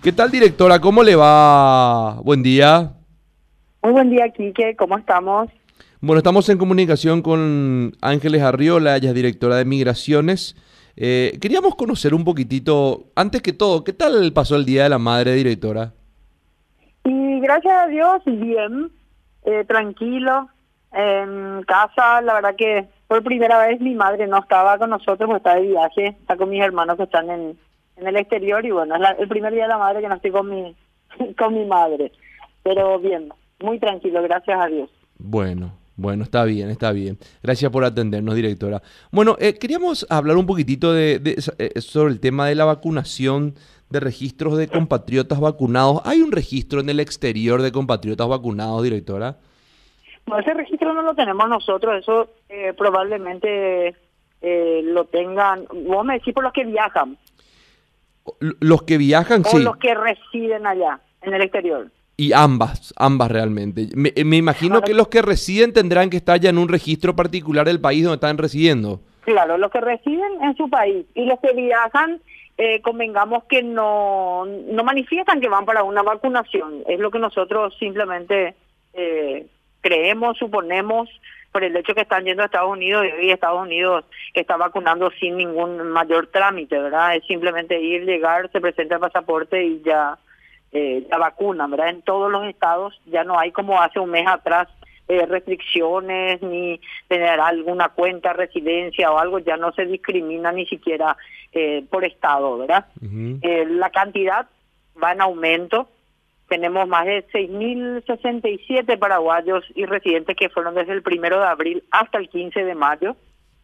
¿Qué tal, directora? ¿Cómo le va? Buen día. Muy buen día, Quique. ¿Cómo estamos? Bueno, estamos en comunicación con Ángeles Arriola, ella es directora de Migraciones. Queríamos conocer un poquitito, antes que todo, ¿qué tal pasó el Día de la Madre, directora? Y gracias a Dios, bien, tranquilo, en casa. La verdad que por primera vez mi madre no estaba con nosotros, porque está de viaje, está con mis hermanos que están en el exterior y bueno, es el primer Día de la Madre que no estoy con con mi madre. Pero bien, muy tranquilo, gracias a Dios. Bueno, está bien, está bien. Gracias por atendernos, directora. Bueno, queríamos hablar un poquitito sobre el tema de la vacunación, de registros de compatriotas vacunados. ¿Hay un registro en el exterior de compatriotas vacunados, directora? No, ese registro no lo tenemos nosotros, eso probablemente lo tengan, vos me decís por los que viajan, Los que viajan, o sí. los que residen allá, en el exterior. Y ambas realmente. Me imagino que los que residen tendrán que estar ya en un registro particular del país donde están residiendo. Claro, los que residen en su país y los que viajan, convengamos que no manifiestan que van para una vacunación. Es lo que nosotros simplemente creemos, suponemos, por el hecho que están yendo a Estados Unidos y Estados Unidos está vacunando sin ningún mayor trámite, ¿verdad? Es simplemente ir, llegar, se presenta el pasaporte y ya la vacuna, ¿verdad? En todos los estados ya no hay como hace un mes atrás restricciones ni tener alguna cuenta, residencia o algo, ya no se discrimina ni siquiera por estado, ¿verdad? Ujú. La cantidad va en aumento. Tenemos más de 6.067 paraguayos y residentes que fueron desde el 1 de abril hasta el 15 de mayo.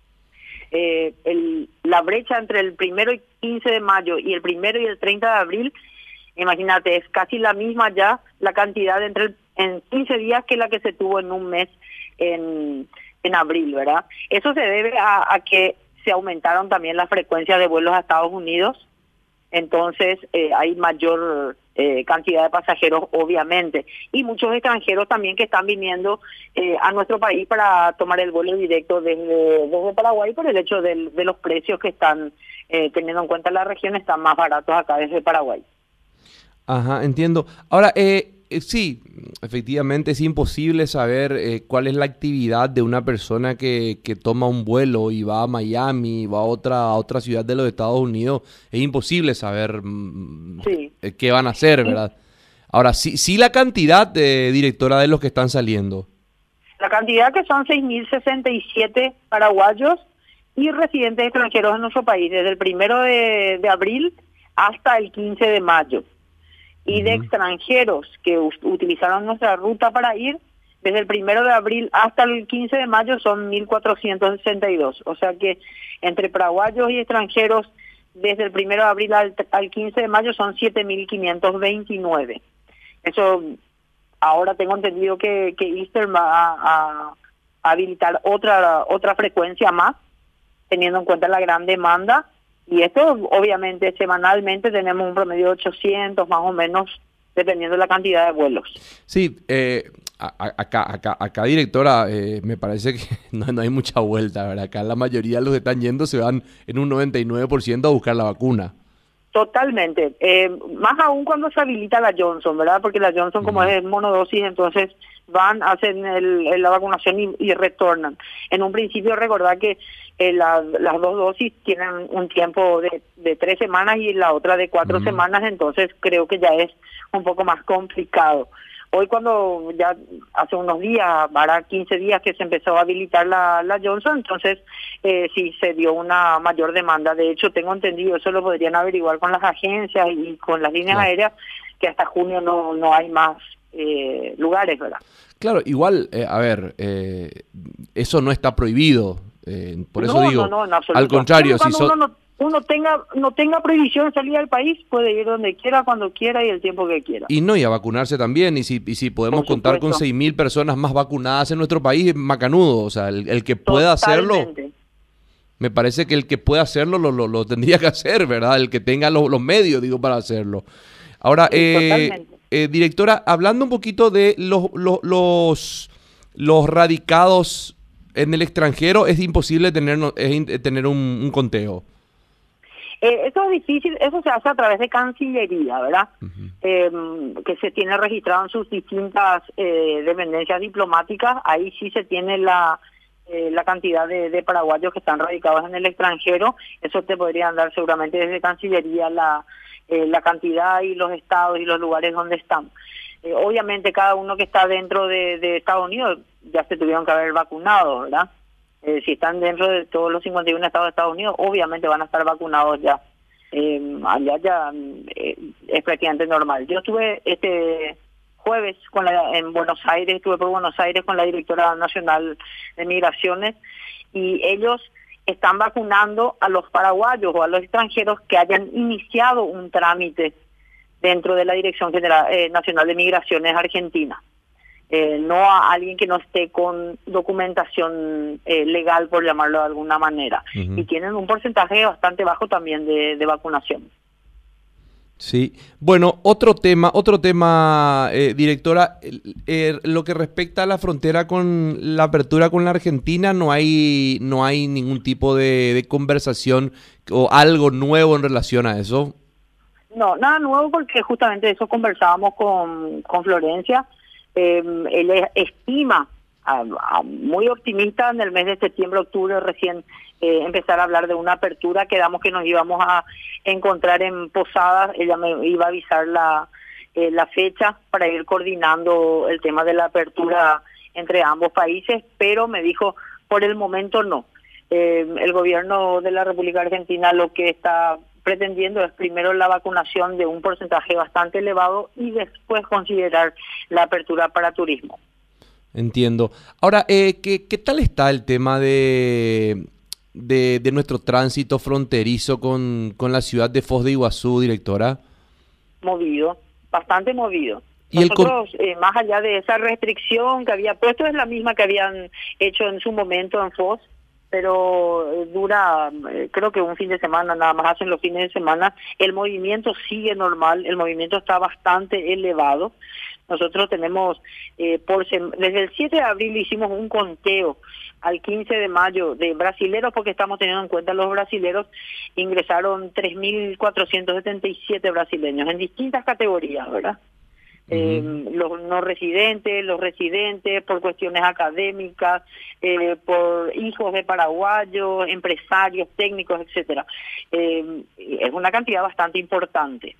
La brecha entre el 1 y 15 de mayo y el 1 y el 30 de abril, imagínate, es casi la misma ya la cantidad en 15 días que la que se tuvo en un mes en abril, ¿verdad? Eso se debe a que se aumentaron también las frecuencias de vuelos a Estados Unidos, entonces hay mayor cantidad de pasajeros, obviamente, y muchos extranjeros también que están viniendo a nuestro país para tomar el vuelo directo desde Paraguay por el hecho de los precios que están, teniendo en cuenta la región, están más baratos acá desde Paraguay. Ajá, entiendo. Ahora, sí, efectivamente es imposible saber cuál es la actividad de una persona que toma un vuelo y va a Miami, va a otra ciudad de los Estados Unidos. Es imposible saber Sí. qué van a hacer, ¿verdad? Ahora, sí la cantidad, directora, de los que están saliendo. La cantidad que son 6.067 paraguayos y residentes extranjeros en nuestro país, desde el 1 de abril hasta el 15 de mayo. Y de Ujú. extranjeros que utilizaron nuestra ruta para ir, desde el 1 de abril hasta el 15 de mayo son 1.462. O sea que entre paraguayos y extranjeros, desde el 1 de abril al 15 de mayo son 7.529. Eso, ahora tengo entendido que Eastern va a habilitar otra frecuencia más, teniendo en cuenta la gran demanda. Y esto, obviamente, semanalmente tenemos un promedio de 800, más o menos, dependiendo de la cantidad de vuelos. Sí, acá, directora, me parece que no hay mucha vuelta, ¿verdad? Acá la mayoría de los que están yendo se van en un 99% a buscar la vacuna. Totalmente. Más aún cuando se habilita la Johnson, ¿verdad? Porque la Johnson, como es monodosis, entonces van, hacen la vacunación y retornan. En un principio, recordar que las dos dosis tienen un tiempo de 3 semanas y la otra de 4 semanas, entonces creo que ya es un poco más complicado. Hoy cuando ya hace unos días, para 15 días que se empezó a habilitar la Johnson, entonces sí se dio una mayor demanda. De hecho, tengo entendido, eso lo podrían averiguar con las agencias y con las líneas aéreas, que hasta junio no hay más lugares, ¿verdad? Claro, igual, a ver, eso no está prohibido. Por eso digo, No, en absoluto. al contrario, si Cuando uno no tenga prohibición de salir del país, puede ir donde quiera, cuando quiera y el tiempo que quiera. y a vacunarse también, y si podemos Por contar con supuesto. 6.000 personas más vacunadas en nuestro país, macanudo, o sea, el que pueda hacerlo, Totalmente. me parece que el que pueda hacerlo lo tendría que hacer, ¿verdad? El que tenga los medios, digo, para hacerlo. Ahora, Sí, totalmente. directora, hablando un poquito de los radicados en el extranjero, es imposible tener un conteo. Eso es difícil, eso se hace a través de Cancillería, ¿verdad? Que se tiene registrado en sus distintas dependencias diplomáticas. Ahí sí se tiene la cantidad de paraguayos que están radicados en el extranjero. Eso te podrían dar seguramente desde Cancillería la cantidad y los estados y los lugares donde están. Obviamente cada uno que está dentro de Estados Unidos ya se tuvieron que haber vacunado, ¿verdad? Si están dentro de todos los 51 estados de Estados Unidos, obviamente van a estar vacunados ya. Allá ya es prácticamente normal. Yo estuve este jueves en Buenos Aires, estuve por Buenos Aires con la directora nacional de Migraciones, y ellos están vacunando a los paraguayos o a los extranjeros que hayan iniciado un trámite dentro de la Dirección General Nacional de Migraciones Argentina. No a alguien que no esté con documentación legal, por llamarlo de alguna manera. Y tienen un porcentaje bastante bajo también de vacunación. Sí, bueno, otro tema, directora, lo que respecta a la frontera con la apertura con la Argentina, no hay ningún tipo de conversación o algo nuevo en relación a eso. No, nada nuevo, porque justamente eso conversábamos con Florencia. Él estima, muy optimista, en el mes de septiembre-octubre recién empezar a hablar de una apertura. Quedamos que nos íbamos a encontrar en Posadas. Ella me iba a avisar la fecha para ir coordinando el tema de la apertura entre ambos países, pero me dijo, por el momento no. El gobierno de la República Argentina lo que está pretendiendo es primero la vacunación de un porcentaje bastante elevado y después considerar la apertura para turismo. Entiendo. Ahora, ¿qué tal está el tema de nuestro tránsito fronterizo con la ciudad de Foz de Iguazú, directora? Movido, bastante movido. Nosotros, más allá de esa restricción que había puesto, es la misma que habían hecho en su momento en Foz, pero dura, creo que un fin de semana, nada más hacen los fines de semana. El movimiento sigue normal, el movimiento está bastante elevado. Nosotros tenemos, desde el 7 de abril hicimos un conteo al 15 de mayo de brasileros, porque estamos teniendo en cuenta los brasileros. Ingresaron 3.477 brasileños en distintas categorías, ¿verdad? Los no residentes, los residentes, por cuestiones académicas, por hijos de paraguayos, empresarios, técnicos, etcétera. Es una cantidad bastante importante.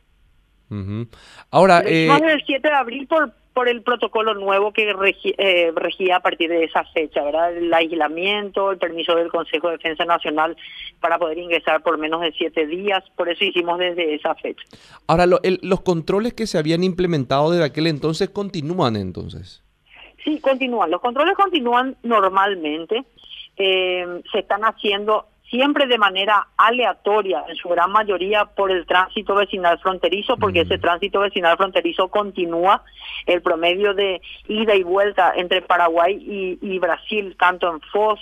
Ahora, desde el 7 de abril por el protocolo nuevo que regía a partir de esa fecha, ¿verdad? El aislamiento, el permiso del Consejo de Defensa Nacional para poder ingresar por menos de 7 días, por eso hicimos desde esa fecha. Ahora, los controles que se habían implementado desde aquel entonces continúan entonces. Sí, continúan. Los controles continúan normalmente. Se están haciendo siempre de manera aleatoria, en su gran mayoría por el tránsito vecinal fronterizo, porque ese tránsito vecinal fronterizo continúa. El promedio de ida y vuelta entre Paraguay y Brasil, tanto en Foz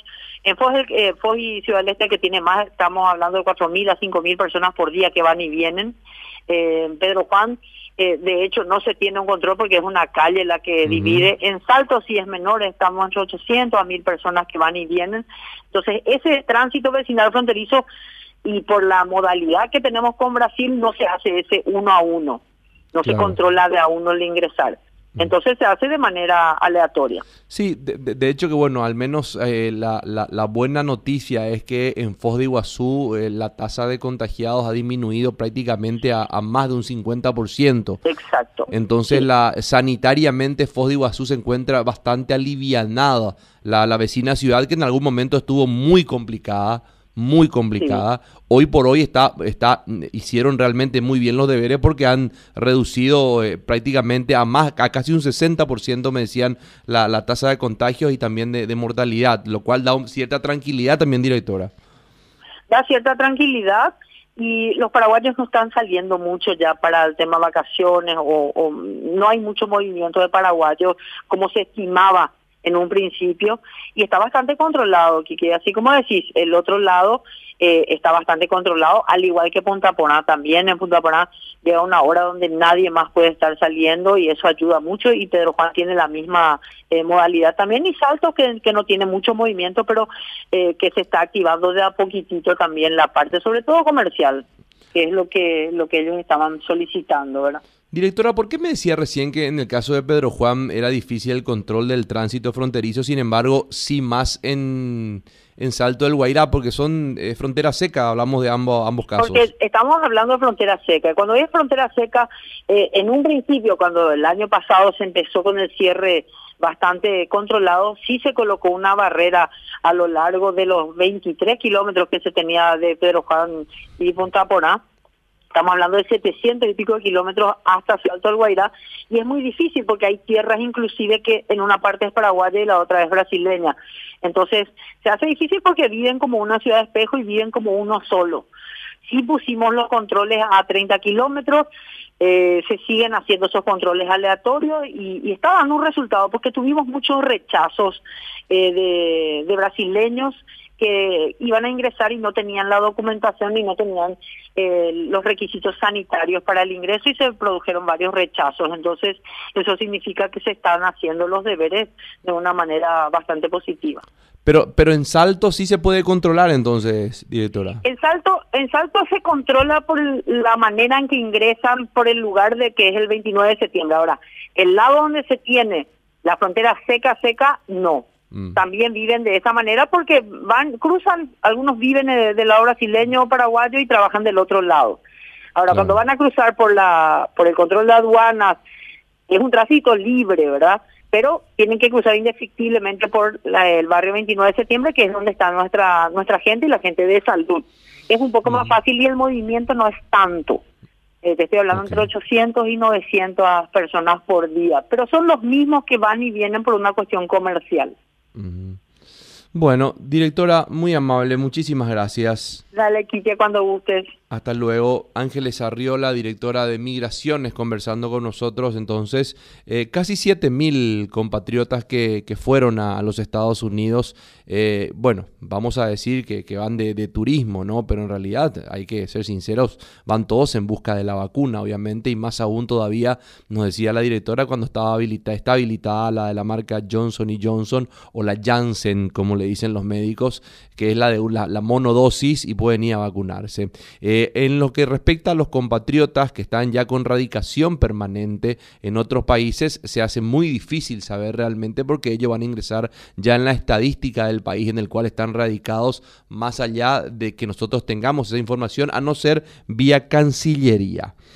y Ciudad del Este, que tiene más, estamos hablando de 4.000 a 5.000 personas por día que van y vienen. Pedro Juan, de hecho, no se tiene un control porque es una calle la que divide. En Salto sí es menor, estamos entre 800 a 1.000 personas que van y vienen. Entonces, ese tránsito vecinal fronterizo, y por la modalidad que tenemos con Brasil, no se hace ese uno a uno, no se controla de a uno el ingresar. Entonces se hace de manera aleatoria. Sí, de hecho que bueno, al menos la buena noticia es que en Foz de Iguazú la tasa de contagiados ha disminuido prácticamente a más de un 50%. Exacto. Entonces sanitariamente Foz de Iguazú se encuentra bastante alivianada. La vecina ciudad, que en algún momento estuvo muy complicada. Sí. Hoy por hoy hicieron realmente muy bien los deberes, porque han reducido prácticamente a casi un 60%, me decían, la tasa de contagios y también de mortalidad, lo cual da cierta tranquilidad también, directora. Da cierta tranquilidad, y los paraguayos no están saliendo mucho ya para el tema vacaciones, o no hay mucho movimiento de paraguayos como se estimaba en un principio, y está bastante controlado, Kiki. Así como decís, el otro lado está bastante controlado, al igual que Punta Poná también. En Punta Poná llega una hora donde nadie más puede estar saliendo, y eso ayuda mucho, y Pedro Juan tiene la misma modalidad también, y Salto que no tiene mucho movimiento, pero que se está activando de a poquitito también la parte, sobre todo comercial. que es lo que ellos estaban solicitando, ¿verdad? Directora, ¿por qué me decía recién que en el caso de Pedro Juan era difícil el control del tránsito fronterizo, sin embargo, sí más en Salto del Guairá, porque son frontera seca, hablamos de ambos casos? Porque estamos hablando de frontera seca. Cuando es frontera seca, en un principio, cuando el año pasado se empezó con el cierre bastante controlado, sí se colocó una barrera a lo largo de los 23 kilómetros que se tenía de Pedro Juan y Punta Porá. Estamos hablando de 700 y pico de kilómetros hasta Salto del Guairá, y es muy difícil porque hay tierras inclusive que en una parte es paraguaya y la otra es brasileña. Entonces se hace difícil porque viven como una ciudad espejo y viven como uno solo. Sí pusimos los controles a 30 kilómetros, se siguen haciendo esos controles aleatorios y está dando un resultado porque tuvimos muchos rechazos de brasileños que iban a ingresar y no tenían la documentación y no tenían los requisitos sanitarios para el ingreso y se produjeron varios rechazos. Entonces, eso significa que se están haciendo los deberes de una manera bastante positiva. Pero en Salto sí se puede controlar entonces, directora. En Salto se controla por la manera en que ingresan por el lugar de que es el 29 de septiembre. Ahora, el lado donde se tiene la frontera seca, no. También viven de esa manera porque cruzan, algunos viven del lado brasileño o paraguayo y trabajan del otro lado. Ahora, cuando van a cruzar por el control de aduanas, es un tránsito libre, ¿verdad? Pero tienen que cruzar indefectiblemente por el barrio 29 de septiembre, que es donde está nuestra gente y la gente de salud. Es un poco más fácil y el movimiento no es tanto. Te estoy hablando entre 800 y 900 personas por día, pero son los mismos que van y vienen por una cuestión comercial. Bueno, directora, muy amable, muchísimas gracias. Dale, Quique, cuando gustes. Hasta luego. Ángeles Arriola, directora de Migraciones, conversando con nosotros. Entonces, casi 7.000 compatriotas que fueron a los Estados Unidos. Bueno, vamos a decir que van de turismo, ¿no? Pero en realidad, hay que ser sinceros, van todos en busca de la vacuna, obviamente, y más aún todavía, nos decía la directora, cuando está habilitada la de la marca Johnson & Johnson, o la Janssen, como le dicen los médicos, que es la monodosis y pueden ir a vacunarse. En lo que respecta a los compatriotas que están ya con radicación permanente en otros países, se hace muy difícil saber realmente porque ellos van a ingresar ya en la estadística del país en el cual están radicados, más allá de que nosotros tengamos esa información, a no ser vía Cancillería.